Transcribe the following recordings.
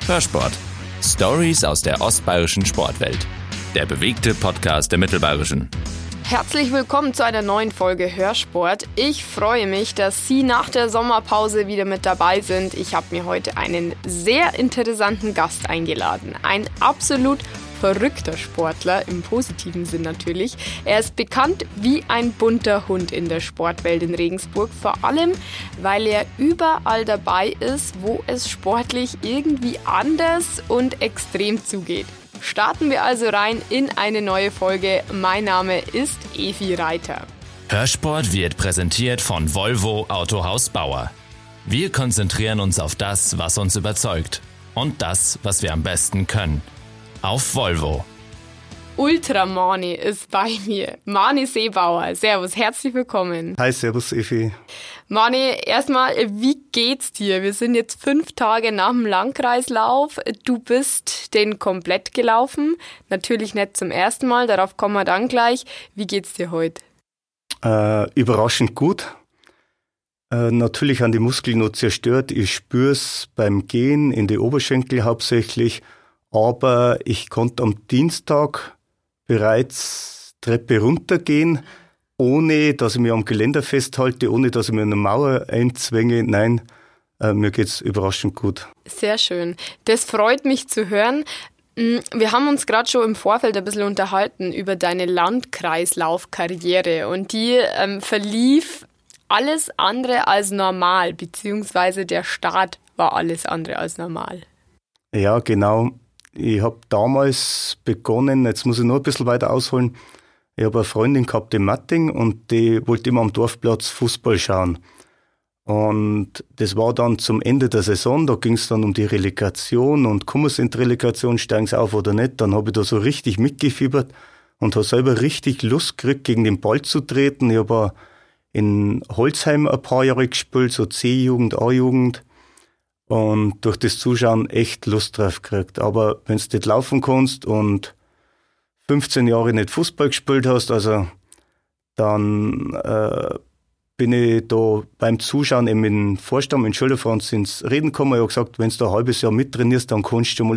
Hörsport. Stories aus der ostbayerischen Sportwelt. Der bewegte Podcast der Mittelbayerischen. Herzlich willkommen zu einer neuen Folge Hörsport. Ich freue mich, dass Sie nach der Sommerpause wieder mit dabei sind. Ich habe mir heute einen sehr interessanten Gast eingeladen. Ein absolut verrückter Sportler, im positiven Sinn natürlich. Er ist bekannt wie ein bunter Hund in der Sportwelt in Regensburg, vor allem, weil er überall dabei ist, wo es sportlich irgendwie anders und extrem zugeht. Starten wir also rein in eine neue Folge. Mein Name ist Evi Reiter. Hörsport wird präsentiert von Volvo Autohaus Bauer. Wir konzentrieren uns auf das, was uns überzeugt und das, was wir am besten können. Auf Volvo. Ultra Mani ist bei mir. Mani Seebauer. Servus, herzlich willkommen. Hi, servus Evi. Mani, erstmal, wie geht's dir? Wir sind jetzt 5 Tage nach dem Landkreislauf. Du bist den komplett gelaufen. Natürlich nicht zum ersten Mal, darauf kommen wir dann gleich. Wie geht's dir heute? Überraschend gut. Natürlich an die Muskeln noch zerstört. Ich spüre es beim Gehen in die Oberschenkel hauptsächlich. Aber ich konnte am Dienstag bereits Treppe runtergehen, ohne dass ich mich am Geländer festhalte, ohne dass ich mir eine Mauer einzwänge. Nein, mir geht's überraschend gut. Sehr schön. Das freut mich zu hören. Wir haben uns gerade schon im Vorfeld ein bisschen unterhalten über deine Landkreislaufkarriere und die verlief alles andere als normal, beziehungsweise der Start war alles andere als normal. Ja, genau. Ich habe damals begonnen, jetzt muss ich noch ein bisschen weiter ausholen, ich habe eine Freundin gehabt in Matting und die wollte immer am Dorfplatz Fußball schauen. Und das war dann zum Ende der Saison, da ging es dann um die Relegation und kommen sie in die Relegation, steigen sie auf oder nicht. Dann habe ich da so richtig mitgefiebert und habe selber richtig Lust gekriegt, gegen den Ball zu treten. Ich habe in Holzheim ein paar Jahre gespielt, so C-Jugend, A-Jugend. Und durch das Zuschauen echt Lust drauf gekriegt. Aber wenn du nicht laufen kannst und 15 Jahre nicht Fußball gespielt hast, also dann bin ich da beim Zuschauen eben in Vorstand, in Schülerfranz ins Reden gekommen. Ich habe gesagt, wenn du da ein halbes Jahr mittrainierst, dann kannst du mal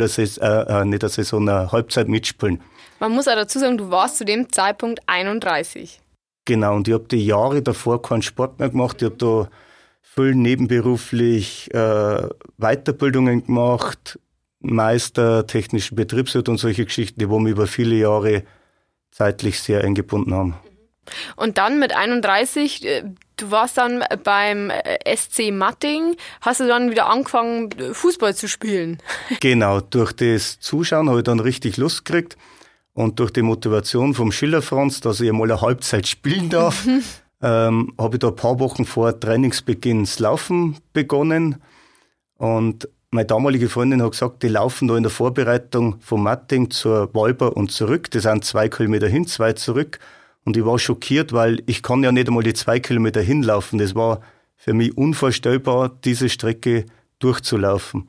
eine Halbzeit mitspielen. Man muss auch dazu sagen, du warst zu dem Zeitpunkt 31. Genau, und ich habe die Jahre davor keinen Sport mehr gemacht. Ich habe da viel nebenberuflich Weiterbildungen gemacht, Meister, technische Betriebswirt und solche Geschichten, die mich über viele Jahre zeitlich sehr eingebunden haben. Und dann mit 31, du warst dann beim SC Matting, hast du dann wieder angefangen, Fußball zu spielen? Genau, durch das Zuschauen habe ich dann richtig Lust gekriegt und durch die Motivation vom Schülerfranz, dass ich einmal eine Halbzeit spielen darf, habe ich da ein paar Wochen vor Trainingsbeginn das Laufen begonnen und meine damalige Freundin hat gesagt, die laufen da in der Vorbereitung vom Matting zur Walber und zurück, das sind 2 Kilometer hin, 2 zurück und ich war schockiert, weil ich kann ja nicht einmal die 2 Kilometer hinlaufen, das war für mich unvorstellbar, diese Strecke durchzulaufen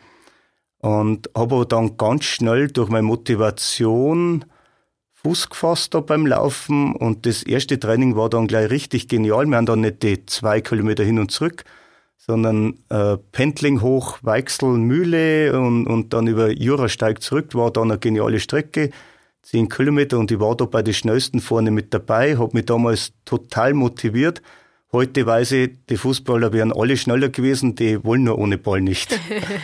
und habe aber dann ganz schnell durch meine Motivation Fuß gefasst da beim Laufen und das erste Training war dann gleich richtig genial. Wir haben dann nicht die 2 Kilometer hin und zurück, sondern Pendling hoch, Weichsel, Mühle und dann über Jurasteig zurück, war dann eine geniale Strecke, 10 Kilometer und ich war da bei den Schnellsten vorne mit dabei, habe mich damals total motiviert. Heute weiß ich, die Fußballer wären alle schneller gewesen, die wollen nur ohne Ball nicht.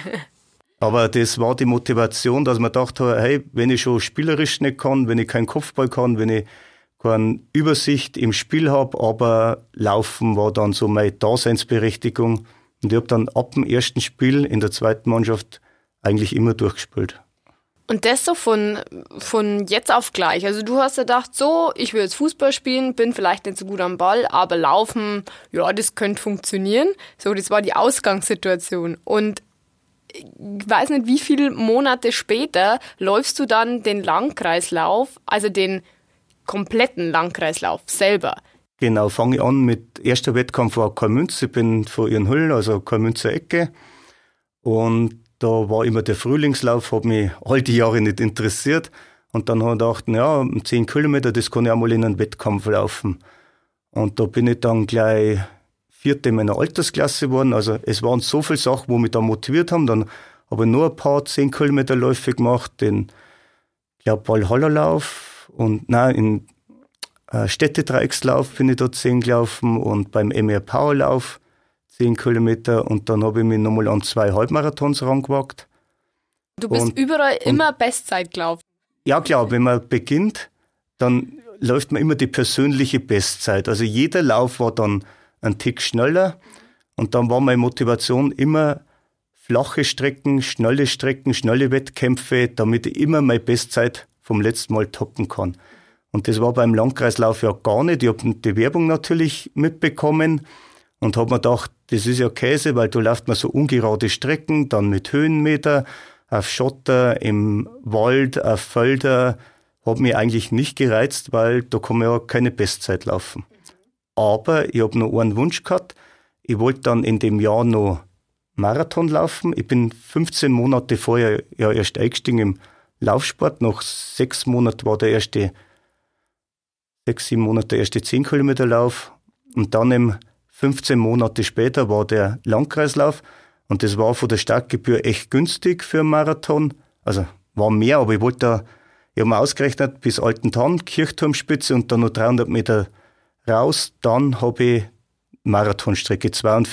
Aber das war die Motivation, dass man dachte, hey, wenn ich schon spielerisch nicht kann, wenn ich keinen Kopfball kann, wenn ich keine Übersicht im Spiel habe, aber Laufen war dann so meine Daseinsberechtigung. Und ich habe dann ab dem ersten Spiel in der zweiten Mannschaft eigentlich immer durchgespielt. Und das so von jetzt auf gleich. Also du hast gedacht, so, ich will jetzt Fußball spielen, bin vielleicht nicht so gut am Ball, aber Laufen, ja, das könnte funktionieren. So, das war die Ausgangssituation. Und ich weiß nicht, wie viele Monate später läufst du dann den Landkreislauf, also den kompletten Landkreislauf selber. Genau, fange ich an mit erster Wettkampf war Karlmünz. Ich bin von Irnhüll, also Karlmünzer Ecke. Und da war immer der Frühlingslauf, hat mich all die Jahre nicht interessiert. Und dann habe ich gedacht, ja, 10 Kilometer, das kann ich auch mal in einen Wettkampf laufen. Und da bin ich dann gleich Vierte in meiner Altersklasse geworden. Also es waren so viele Sachen, wo mich da motiviert haben. Dann habe ich nur ein paar 10 Kilometer Läufe gemacht, den, ich glaube, Walhalla-Lauf und in Städtedreieckslauf bin ich da 10 gelaufen und beim MR Powerlauf 10 Kilometer und dann habe ich mich nochmal an 2 Halbmarathons rangewagt. Du bist überall immer Bestzeit gelaufen. Ja klar, wenn man beginnt, dann läuft man immer die persönliche Bestzeit. Also jeder Lauf war dann ein Tick schneller und dann war meine Motivation immer flache Strecken, schnelle Wettkämpfe, damit ich immer meine Bestzeit vom letzten Mal toppen kann. Und das war beim Landkreislauf ja gar nicht. Ich habe die Werbung natürlich mitbekommen und habe mir gedacht, das ist ja Käse, weil da läuft man so ungerade Strecken, dann mit Höhenmeter, auf Schotter, im Wald, auf Felder. Hat mich eigentlich nicht gereizt, weil da kann man ja keine Bestzeit laufen. Aber ich habe noch einen Wunsch gehabt. Ich wollte dann in dem Jahr noch Marathon laufen. Ich bin 15 Monate vorher ja erst eingestiegen im Laufsport. Nach 6 Monaten war der erste 6-7 Monate der erste 10 Kilometer Lauf und dann 15 Monate später war der Landkreislauf und das war von der Startgebühr echt günstig für einen Marathon. Also war mehr, aber ich habe mir ausgerechnet, bis Altentann, Kirchturmspitze und dann noch 300 Meter raus, dann habe ich Marathonstrecke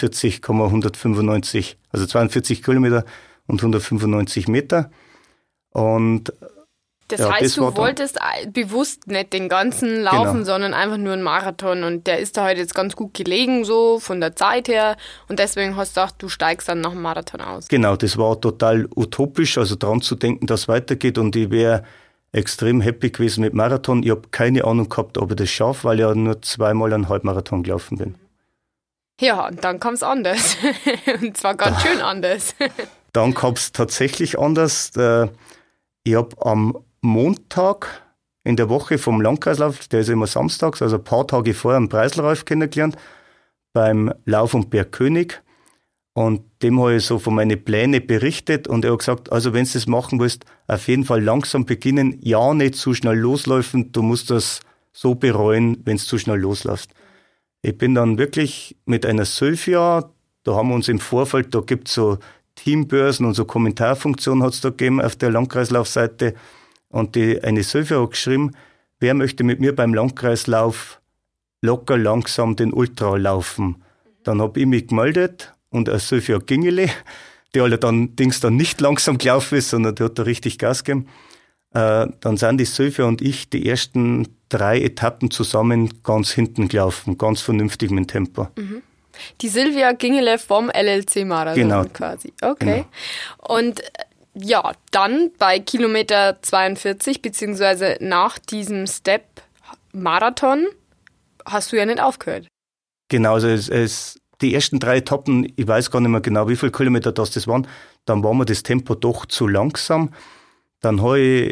42,195, also 42 Kilometer und 195 Meter und das heißt, du wolltest bewusst nicht den ganzen laufen, sondern einfach nur einen Marathon. Und der ist da halt jetzt ganz gut gelegen, so von der Zeit her. Und deswegen hast du gedacht, du steigst dann nach dem Marathon aus. Genau, das war total utopisch, also dran zu denken, dass es weitergeht. Und ich wäre extrem happy gewesen mit Marathon. Ich habe keine Ahnung gehabt, ob ich das schaffe, weil ich ja nur 2-mal einen Halbmarathon gelaufen bin. Ja, und dann kam es anders. Und zwar ganz schön anders. Dann kam es tatsächlich anders. Ich habe am Montag in der Woche vom Landkreislauf, der ist immer samstags, also ein paar Tage vorher, einen Preiselralf kennengelernt, beim Lauf um Bergkönig. Und dem habe ich so von meinen Plänen berichtet und er hat gesagt, also wenn du das machen willst, auf jeden Fall langsam beginnen, ja nicht zu schnell loslaufen, du musst das so bereuen, wenn du zu schnell losläufst. Ich bin dann wirklich mit einer Sylvia, da haben wir uns im Vorfeld, da gibt es so Teambörsen und so Kommentarfunktionen hat es da gegeben auf der Landkreislaufseite. Und eine Sylvia hat geschrieben, wer möchte mit mir beim Landkreislauf locker langsam den Ultra laufen? Dann habe ich mich gemeldet und eine Sylvia Gingele, die dann nicht langsam gelaufen ist, sondern die hat da richtig Gas gegeben. Dann sind die Sylvia und ich die ersten 3 Etappen zusammen ganz hinten gelaufen, ganz vernünftig mit dem Tempo. Mhm. Die Sylvia Gingele vom LLC-Marathon quasi. Okay. Genau. Und ja, dann bei Kilometer 42, beziehungsweise nach diesem Step Marathon, hast du ja nicht aufgehört. Genau, also die ersten 3 Etappen, ich weiß gar nicht mehr genau, wie viele Kilometer das waren, dann war mir das Tempo doch zu langsam. Dann bin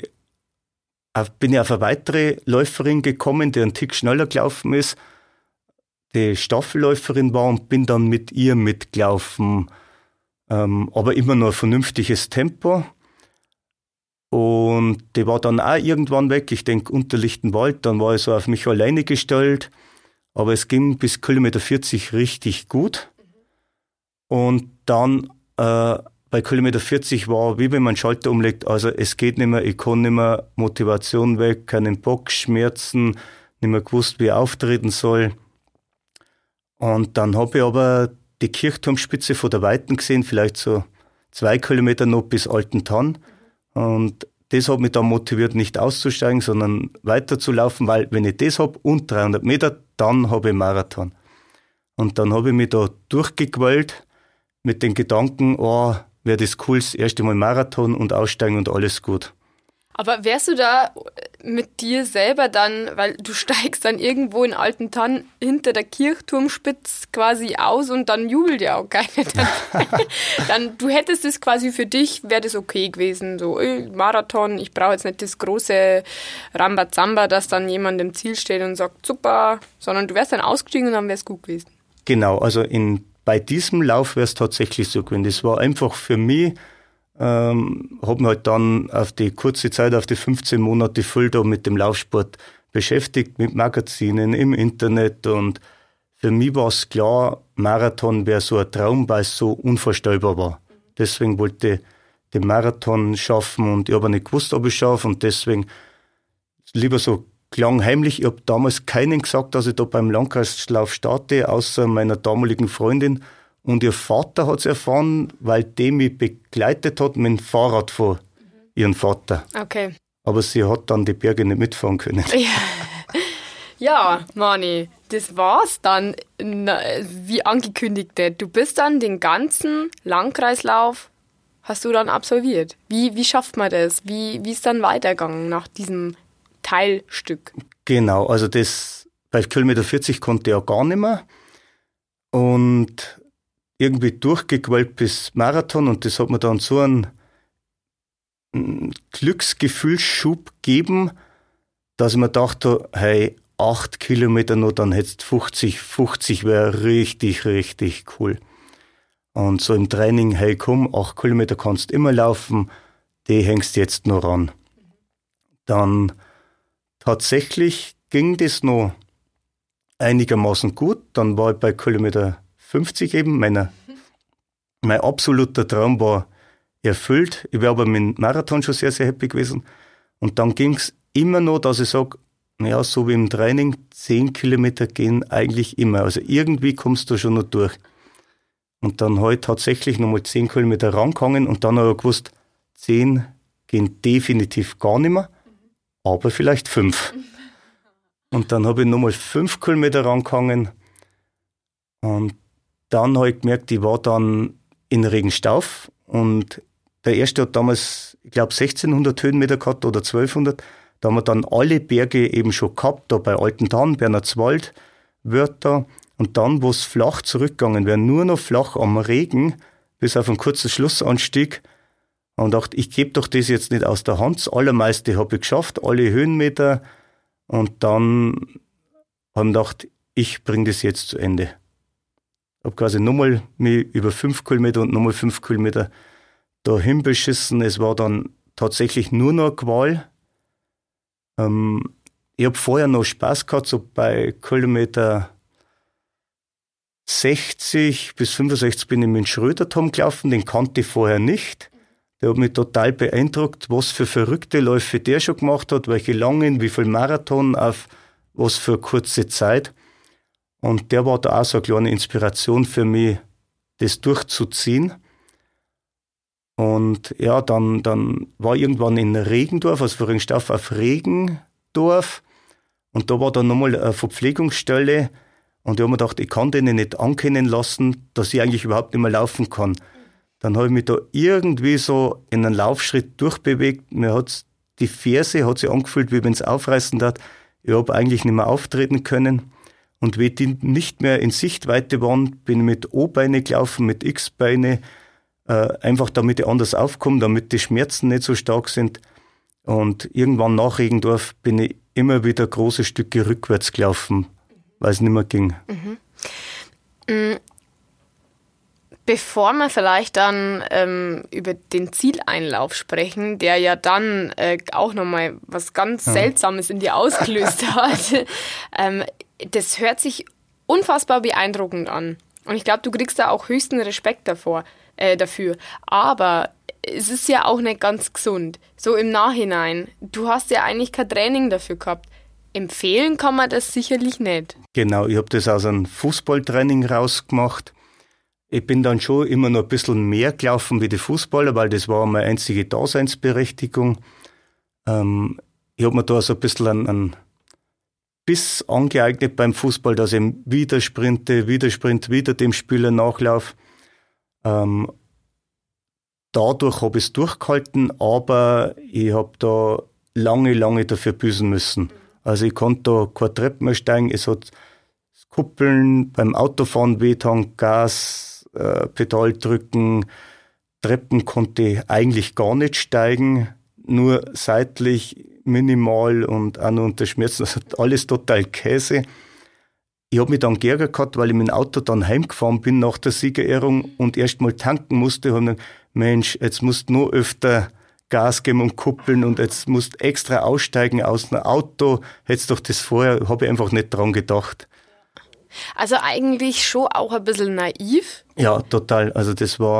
ich auf eine weitere Läuferin gekommen, die einen Tick schneller gelaufen ist, die Staffelläuferin war und bin dann mit ihr mitgelaufen. Aber immer noch ein vernünftiges Tempo. Und die war dann auch irgendwann weg. Ich denke, unter Lichtenwald, dann war ich so auf mich alleine gestellt. Aber es ging bis Kilometer 40 richtig gut. Und dann bei Kilometer 40 war, wie wenn man einen Schalter umlegt, also es geht nicht mehr, ich kann nicht mehr, Motivation weg, keinen Bock, Schmerzen, nicht mehr gewusst, wie ich auftreten soll. Und dann habe ich aber die Kirchturmspitze von der Weiten gesehen, vielleicht so 2 Kilometer noch bis Altentann. Und das hat mich dann motiviert, nicht auszusteigen, sondern weiterzulaufen, weil wenn ich das habe und 300 Meter, dann habe ich Marathon. Und dann habe ich mich da durchgequält mit den Gedanken, wäre das cool, das erste Mal Marathon und aussteigen und alles gut. Aber wärst du da mit dir selber dann, weil du steigst dann irgendwo in Altentann hinter der Kirchturmspitze quasi aus und dann jubelt ja auch keiner. Dann du hättest es quasi für dich, wäre das okay gewesen, so Marathon, ich brauche jetzt nicht das große Rambazamba, dass dann jemand im Ziel steht und sagt, super, sondern du wärst dann ausgestiegen und dann wäre es gut gewesen. Genau, also bei diesem Lauf wäre es tatsächlich so gewesen. Das war einfach für mich, habe mich halt dann auf die kurze Zeit, auf die 15 Monate voll da mit dem Laufsport beschäftigt, mit Magazinen im Internet, und für mich war es klar, Marathon wäre so ein Traum, weil es so unvorstellbar war. Deswegen wollte ich den Marathon schaffen und ich habe nicht gewusst, ob ich schaffe und deswegen lieber so klangheimlich. Ich habe damals keinen gesagt, dass ich da beim Landkreislauf starte, außer meiner damaligen Freundin. Und ihr Vater hat es erfahren, weil der mich begleitet hat mit dem Fahrrad von ihrem Vater. Okay. Aber sie hat dann die Berge nicht mitfahren können. Ja, Mani, das war's dann, wie angekündigt. Du bist dann den ganzen Landkreislauf, hast du dann absolviert. Wie schafft man das? Wie ist dann weitergegangen nach diesem Teilstück? Genau, also das bei Kilometer 40 konnte ich ja gar nicht mehr. Und irgendwie durchgequält bis Marathon und das hat mir dann so einen Glücksgefühlsschub gegeben, dass ich mir dachte, hey, 8 Kilometer noch, dann hättest 50 wäre richtig, richtig cool. Und so im Training, hey komm, 8 Kilometer kannst immer laufen, die hängst jetzt noch ran. Dann tatsächlich ging das noch einigermaßen gut, dann war ich bei Kilometer 50 eben, mein absoluter Traum war erfüllt. Ich wäre aber mit dem Marathon schon sehr, sehr happy gewesen. Und dann ging es immer noch, dass ich sage, naja, so wie im Training, 10 Kilometer gehen eigentlich immer. Also irgendwie kommst du schon noch durch. Und dann halt tatsächlich nochmal 10 Kilometer rangegangen und dann habe ich gewusst, 10 gehen definitiv gar nicht mehr, aber vielleicht 5. Und dann habe ich nochmal 5 Kilometer rangegangen und dann habe ich gemerkt, ich war dann in Regenstauf und der erste hat damals, ich glaube, 1600 Höhenmeter gehabt oder 1200. Da haben wir dann alle Berge eben schon gehabt, da bei Altentann, Bernhardswald, Wörther. Und dann, wo es flach zurückgegangen wäre, nur noch flach am Regen, bis auf einen kurzen Schlussanstieg. Und dachte, ich gebe doch das jetzt nicht aus der Hand. Das Allermeiste habe ich geschafft, alle Höhenmeter. Und dann habe ich gedacht, ich bringe das jetzt zu Ende. Ich habe quasi nochmal mich über 5 Kilometer und nochmal 5 Kilometer dahin beschissen. Es war dann tatsächlich nur noch eine Qual. Ich habe vorher noch Spaß gehabt, so bei Kilometer 60 bis 65 bin ich mit dem Schrödertom gelaufen, den kannte ich vorher nicht. Der hat mich total beeindruckt, was für verrückte Läufe der schon gemacht hat, welche langen, wie viel Marathon auf was für kurze Zeit. Und der war da auch so eine kleine Inspiration für mich, das durchzuziehen. Und ja, dann war irgendwann in Regendorf, also von Regenstauf auf Regendorf. Und da war dann nochmal eine Verpflegungsstelle. Und ich habe mir gedacht, ich kann denen nicht ankennen lassen, dass ich eigentlich überhaupt nicht mehr laufen kann. Dann habe ich mich da irgendwie so in einen Laufschritt durchbewegt. Mir hat die Ferse hat sich angefühlt, wie wenn es aufreißen hat. Ich habe eigentlich nicht mehr auftreten können. Und wie die nicht mehr in Sichtweite waren, bin ich mit O-Beine gelaufen, mit X-Beine, einfach damit ich anders aufkomme, damit die Schmerzen nicht so stark sind. Und irgendwann nach Regendorf bin ich immer wieder große Stücke rückwärts gelaufen, weil es nicht mehr ging. Bevor wir vielleicht dann über den Zieleinlauf sprechen, der ja dann auch nochmal was ganz Seltsames in dir ausgelöst hat, das hört sich unfassbar beeindruckend an. Und ich glaube, du kriegst da auch höchsten Respekt dafür. Aber es ist ja auch nicht ganz gesund. So im Nachhinein. Du hast ja eigentlich kein Training dafür gehabt. Empfehlen kann man das sicherlich nicht. Genau, ich habe das aus einem Fußballtraining rausgemacht. Ich bin dann schon immer noch ein bisschen mehr gelaufen wie die Fußballer, weil das war meine einzige Daseinsberechtigung. Ich habe mir da so ein bisschen einen Biss angeeignet beim Fußball, dass ich wieder sprinte, wieder dem Spieler nachlaufe. Dadurch habe ich es durchgehalten, aber ich habe da lange dafür büßen müssen. Also ich konnte da keine Treppen mehr steigen, es hat das Kuppeln beim Autofahren wehgetan, Gas, Pedal drücken, Treppen konnte ich eigentlich gar nicht steigen, nur seitlich minimal und auch nur unter Schmerzen, also alles total Käse. Ich habe mich dann geärgert gehabt, weil ich mit dem Auto dann heimgefahren bin nach der Siegerehrung und erst mal tanken musste. Und dann, Mensch, jetzt musst du noch öfter Gas geben und kuppeln und jetzt musst du extra aussteigen aus einem Auto. Hättest doch das vorher, habe ich einfach nicht dran gedacht. Also eigentlich schon auch ein bisschen naiv. Ja, total. Also das war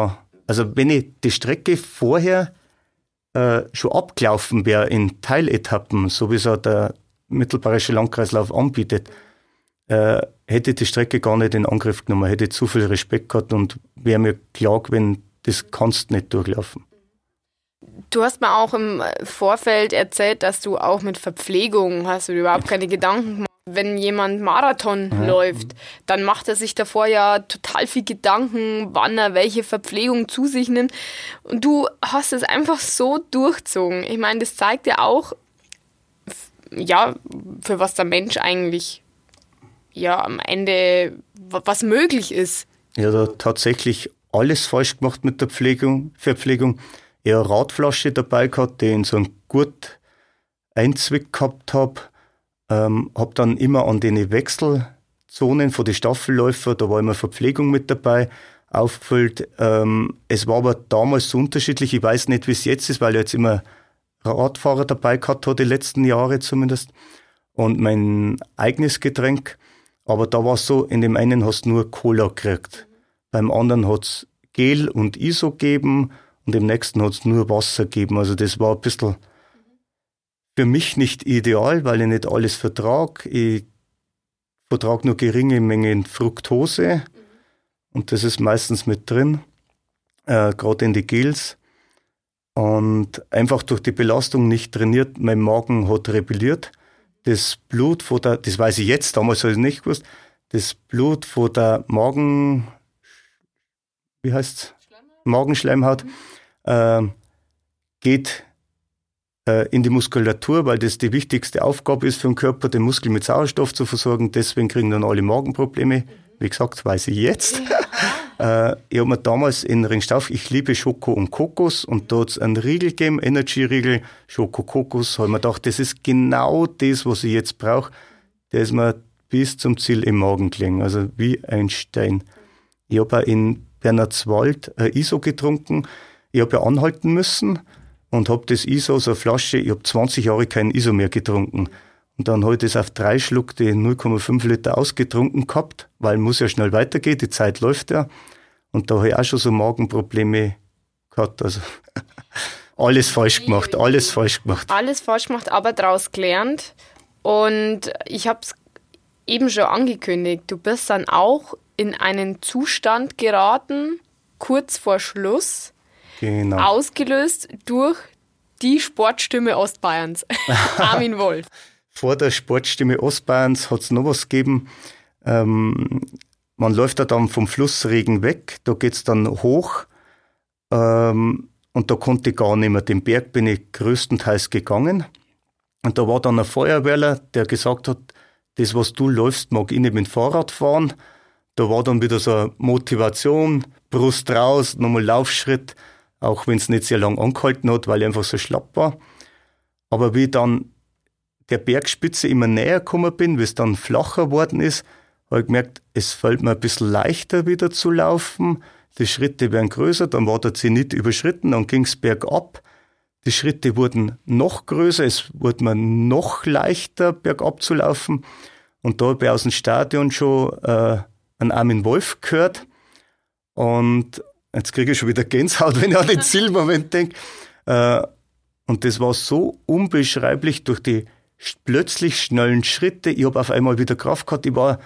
Also wenn ich die Strecke vorher schon abgelaufen wäre in Teiletappen, so wie es auch der Mittelbayerische Landkreislauf anbietet, hätte die Strecke gar nicht in Angriff genommen, hätte zu viel Respekt gehabt und wäre mir klar gewesen, das kannst du nicht durchlaufen. Du hast mir auch im Vorfeld erzählt, dass du auch mit Verpflegung hast du überhaupt keine Gedanken gemacht. Wenn jemand Marathon läuft, dann macht er sich davor ja total viel Gedanken, wann er welche Verpflegung zu sich nimmt. Und du hast es einfach so durchzogen. Ich meine, das zeigt ja auch, ja, für was der Mensch eigentlich ja am Ende, was möglich ist. Ja, da tatsächlich alles falsch gemacht mit der Verpflegung. Ich habe eine Radflasche dabei gehabt, die ich in so einen Gurt einzwickt gehabt habe. Habe dann immer an den Wechselzonen von den Staffelläufer, da war immer Verpflegung mit dabei, aufgefüllt. Es war aber damals so unterschiedlich, ich weiß nicht, wie es jetzt ist, weil ich jetzt immer Radfahrer dabei gehabt habe, die letzten Jahre zumindest. Und mein eigenes Getränk. Aber da war es so, in dem einen hast du nur Cola gekriegt. Beim anderen hat es Gel und ISO gegeben und im nächsten hat es nur Wasser gegeben. Also das war ein bisschen für mich nicht ideal, weil ich nicht alles vertrage. Ich vertrage nur geringe Mengen Fructose und das ist meistens mit drin, gerade in die Gels. Und einfach durch die Belastung nicht trainiert, mein Magen hat rebelliert. Das Blut von der, das weiß ich jetzt, damals habe ich es nicht gewusst, das Blut von der Magenschleimhaut geht in die Muskulatur, weil das die wichtigste Aufgabe ist für den Körper, den Muskel mit Sauerstoff zu versorgen. Deswegen kriegen dann alle Magenprobleme. Wie gesagt, weiß ich jetzt. Ich habe mir damals in Ringstauf, ich liebe Schoko und Kokos und da hat es einen Riegel gegeben, Energy-Riegel, Schoko-Kokos. Habe ich mir gedacht, das ist genau das, was ich jetzt brauche. Der ist mir bis zum Ziel im Magen gelegen, also wie ein Stein. Ich habe auch in Bernhardswald ein ISO getrunken. Ich habe ja anhalten müssen und habe das ISO, so eine Flasche, ich habe 20 Jahre kein ISO mehr getrunken. Und dann habe ich das auf 3 Schluck, die 0,5 Liter ausgetrunken gehabt, weil muss ja schnell weitergehen, die Zeit läuft ja. Und da habe ich auch schon so Magenprobleme gehabt. Also alles falsch gemacht. Alles falsch gemacht, aber daraus gelernt. Und ich habe es eben schon angekündigt, du bist dann auch in einen Zustand geraten, kurz vor Schluss, genau, ausgelöst durch die Sportstimme Ostbayerns, Armin Wolf. Vor der Sportstimme Ostbayerns hat es noch was gegeben. Man läuft da dann vom Flussregen weg, da geht es dann hoch und da konnte ich gar nicht mehr. Den Berg bin ich größtenteils gegangen. Und da war dann ein Feuerwehrler, der gesagt hat, das, was du läufst, mag ich nicht mit dem Fahrrad fahren. Da war dann wieder so eine Motivation, Brust raus, nochmal Laufschritt, auch wenn es nicht sehr lang angehalten hat, weil ich einfach so schlapp war. Aber wie ich dann der Bergspitze immer näher gekommen bin, wie es dann flacher worden ist, habe ich gemerkt, es fällt mir ein bisschen leichter wieder zu laufen. Die Schritte werden größer, dann war der Zenit überschritten, dann ging es bergab. Die Schritte wurden noch größer, es wurde mir noch leichter, bergab zu laufen. Und da habe ich aus dem Stadion schon einen Armin Wolf gehört. Und jetzt kriege ich schon wieder Gänsehaut, wenn ich an den Zielmoment denke. Und das war so unbeschreiblich durch die plötzlich schnellen Schritte. Ich habe auf einmal wieder Kraft gehabt. Ich war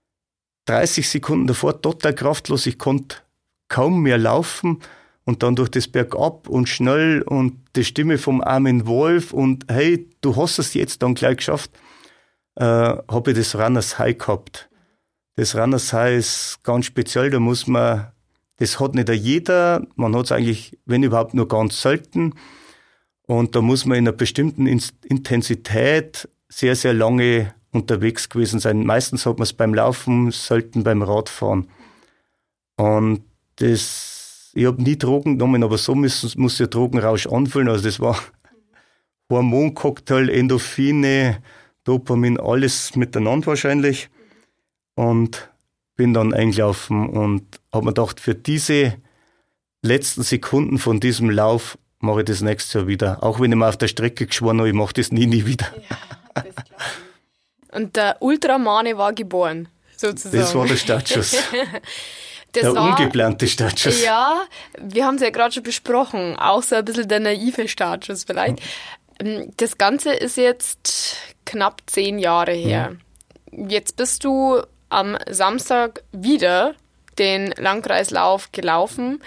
30 Sekunden davor total kraftlos. Ich konnte kaum mehr laufen. Und dann durch das Bergab und schnell und die Stimme vom Armin Wolf und hey, du hast es jetzt dann gleich geschafft, habe ich das Runners High gehabt. Das Runners High ist ganz speziell, da muss man, das hat nicht jeder, man hat es eigentlich, wenn überhaupt, nur ganz selten. Und da muss man in einer bestimmten Intensität sehr, sehr lange unterwegs gewesen sein. Meistens hat man es beim Laufen, selten beim Radfahren. Und ich habe nie Drogen genommen, aber so muss der Drogenrausch anfühlen. Also das war Hormoncocktail, Endorphine, Dopamin, alles miteinander wahrscheinlich. Und bin dann eingelaufen und habe mir gedacht, für diese letzten Sekunden von diesem Lauf mache ich das nächstes Jahr wieder. Auch wenn ich mir auf der Strecke geschworen habe, ich mache das nie wieder. Ja, das glaube ich. Und der Ultramane war geboren, sozusagen. Das war der Startschuss. Der ungeplante Startschuss. Ja, wir haben es ja gerade schon besprochen. Auch so ein bisschen der naive Startschuss vielleicht. Das Ganze ist jetzt knapp 10 Jahre her. Jetzt bist du am Samstag wieder den Landkreislauf gelaufen.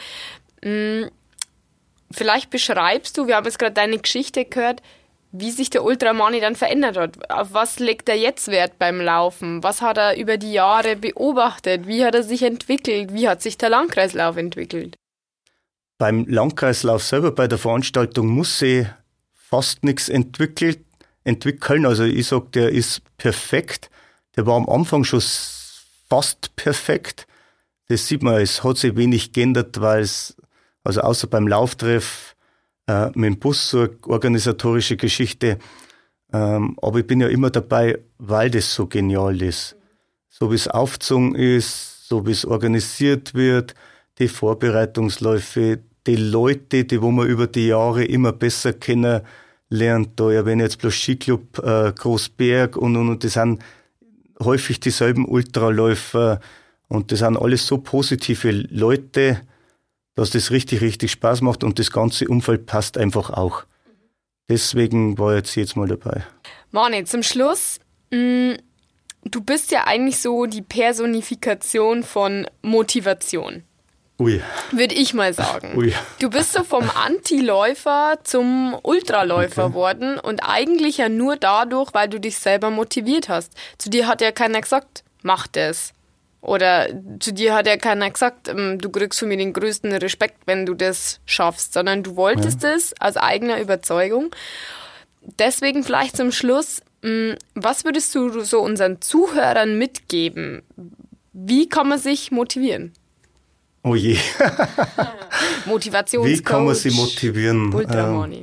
Vielleicht beschreibst du, wir haben jetzt gerade deine Geschichte gehört, wie sich der Ultramani dann verändert hat. Auf was legt er jetzt Wert beim Laufen? Was hat er über die Jahre beobachtet? Wie hat er sich entwickelt? Wie hat sich der Landkreislauf entwickelt? Beim Landkreislauf selber, bei der Veranstaltung, muss sich fast nichts entwickeln. Also ich sage, der ist perfekt. Der war am Anfang schon fast perfekt. Das sieht man, es hat sich wenig geändert, weil es, also außer beim Lauftreff, mit dem Bus so eine organisatorische Geschichte. Aber ich bin ja immer dabei, weil das so genial ist. So wie es aufgezogen ist, so wie es organisiert wird, die Vorbereitungsläufe, die Leute, die wo man über die Jahre immer besser kennenlernt. Da erwähne ich jetzt bloß Skiclub Großberg und das sind häufig dieselben Ultraläufer und das sind alles so positive Leute, dass das richtig, richtig Spaß macht und das ganze Umfeld passt einfach auch. Deswegen war ich jetzt mal dabei. Mani, zum Schluss, du bist ja eigentlich so die Personifikation von Motivation. Ui. Würde ich mal sagen. Ui. Du bist so vom Anti-Läufer zum Ultraläufer worden und eigentlich ja nur dadurch, weil du dich selber motiviert hast. Zu dir hat ja keiner gesagt, mach das. Oder zu dir hat ja keiner gesagt, du kriegst von mir den größten Respekt, wenn du das schaffst, sondern du wolltest es aus eigener Überzeugung. Deswegen vielleicht zum Schluss, was würdest du so unseren Zuhörern mitgeben? Wie kann man sich motivieren? Oh je. Motivationscoach. Wie kann man sie motivieren? Ultramani.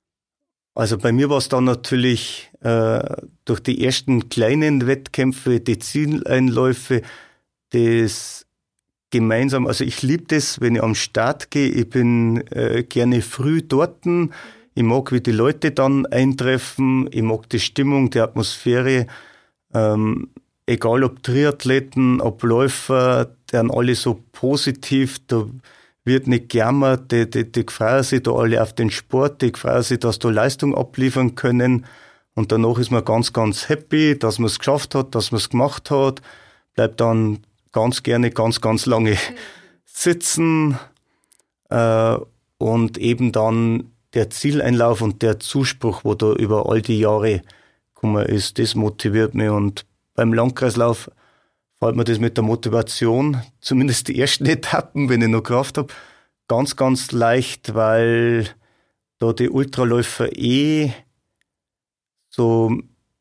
Also bei mir war es dann natürlich durch die ersten kleinen Wettkämpfe, die Zieleinläufe, das gemeinsam, also ich liebe das, wenn ich am Start gehe, ich bin gerne früh dort, ich mag, wie die Leute dann eintreffen, ich mag die Stimmung, die Atmosphäre, egal ob Triathleten, ob Läufer, die sind alle so positiv, da wird nicht gejammert, die freuen sich da alle auf den Sport, die freuen sich, dass da Leistung abliefern können und danach ist man ganz, ganz happy, dass man es geschafft hat, dass man es gemacht hat, bleibt dann ganz gerne ganz, ganz lange sitzen und eben dann der Zieleinlauf und der Zuspruch, wo da über all die Jahre gekommen ist, das motiviert mich und beim Landkreislauf fällt mir das mit der Motivation, zumindest die ersten Etappen, wenn ich noch Kraft habe, ganz, ganz leicht, weil da die Ultraläufer so,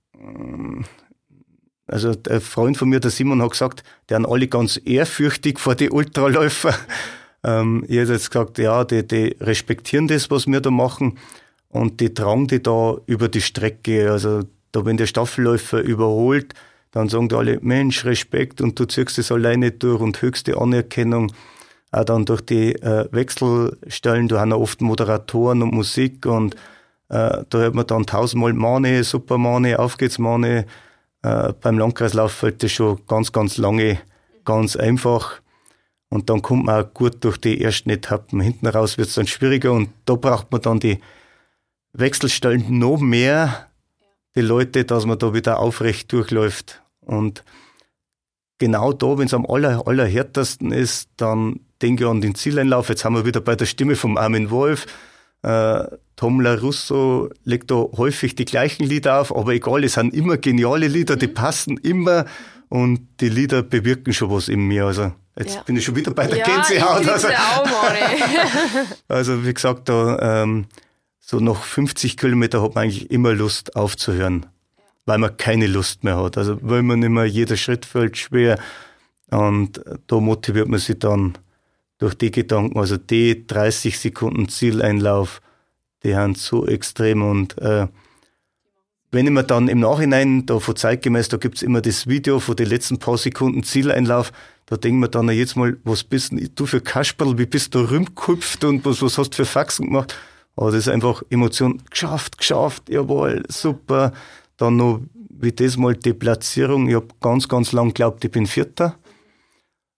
also ein Freund von mir, der Simon, hat gesagt, die sind alle ganz ehrfürchtig vor die Ultraläufer. Ich habe jetzt gesagt, ja, die respektieren das, was wir da machen und die tragen die da über die Strecke. Also da, wenn der Staffelläufer überholt, dann sagen die alle, Mensch, Respekt und du ziehst das alleine durch und höchste Anerkennung. Auch dann durch die Wechselstellen, da haben ja oft Moderatoren und Musik und da hört man dann 1000-mal Mane, super Mane, auf geht's Mane. Beim Landkreislauf fällt das schon ganz, ganz lange, ganz einfach. Und dann kommt man auch gut durch die ersten Etappen. Hinten raus wird es dann schwieriger und da braucht man dann die Wechselstellen noch mehr, die Leute, dass man da wieder aufrecht durchläuft. Und genau da, wenn es am allerhärtesten ist, dann denke ich an den Zieleinlauf. Jetzt haben wir wieder bei der Stimme vom Armin Wolf. Tom LaRusso legt da häufig die gleichen Lieder auf, aber egal, es sind immer geniale Lieder, die passen immer und die Lieder bewirken schon was in mir. Also jetzt bin ich schon wieder bei der Gänsehaut. Ich auch, also wie gesagt, da so nach 50 Kilometer hat man eigentlich immer Lust aufzuhören, weil man keine Lust mehr hat. Also weil man immer, jeder Schritt fällt schwer und da motiviert man sich dann durch die Gedanken, also die 30 Sekunden Zieleinlauf, die sind so extrem und wenn ich mir dann im Nachhinein, da von zeitgemäß, da gibt's immer das Video von den letzten paar Sekunden Zieleinlauf, da denken wir dann jetzt mal, was bist denn du für Kasperl, wie bist du rumgekupft und was hast du für Faxen gemacht? Aber das ist einfach Emotion, geschafft, jawohl, super. Dann noch, wie das mal die Platzierung, ich habe ganz, ganz lang geglaubt, ich bin Vierter.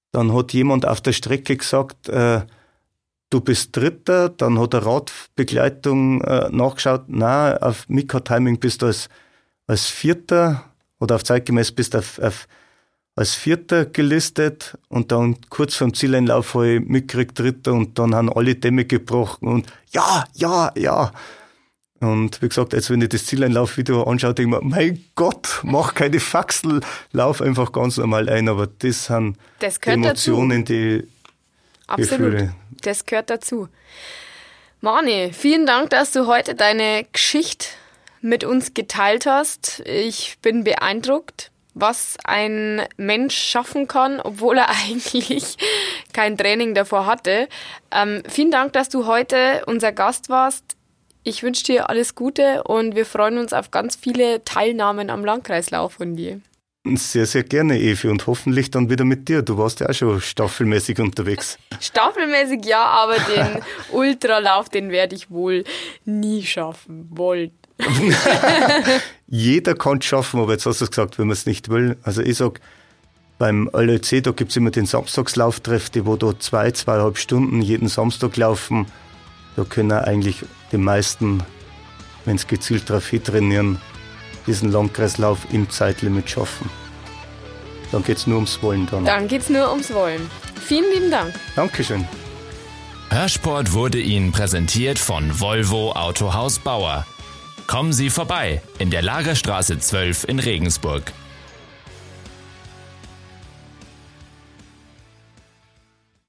Dann hat jemand auf der Strecke gesagt, du bist Dritter. Dann hat eine Radbegleitung nachgeschaut. Nein, auf Mika-Timing bist du als Vierter oder auf zeitgemäß bist du als Vierter gelistet. Und dann kurz vor dem Zieleinlauf habe ich mitgekriegt, Dritter. Und dann haben alle Dämme gebrochen. Und ja. Und wie gesagt, jetzt wenn ich das Zieleinlauf-Video anschaue, denke ich mir, mein Gott, mach keine Faxel, lauf einfach ganz normal ein. Aber das sind Emotionen, die Absolut, Gefühle. Das gehört dazu. Mani, vielen Dank, dass du heute deine Geschichte mit uns geteilt hast. Ich bin beeindruckt, was ein Mensch schaffen kann, obwohl er eigentlich kein Training davor hatte. Vielen Dank, dass du heute unser Gast warst. Ich wünsche dir alles Gute und wir freuen uns auf ganz viele Teilnahmen am Landkreislauf von dir. Sehr, sehr gerne, Evi, und hoffentlich dann wieder mit dir. Du warst ja auch schon staffelmäßig unterwegs. Staffelmäßig ja, aber den Ultralauf, den werde ich wohl nie schaffen wollen. Jeder kann es schaffen, aber jetzt hast du es gesagt, wenn man es nicht will. Also ich sage, beim LLC, da gibt es immer den Samstagslauftreff, die wo da 2,5 Stunden jeden Samstag laufen. Da können eigentlich die meisten, wenn es gezielt darauf trainieren, diesen Landkreislauf im Zeitlimit schaffen. Dann geht es nur ums Wollen dann. Dann geht es nur ums Wollen. Vielen lieben Dank. Dankeschön. Hörsport wurde Ihnen präsentiert von Volvo Autohaus Bauer. Kommen Sie vorbei in der Lagerstraße 12 in Regensburg.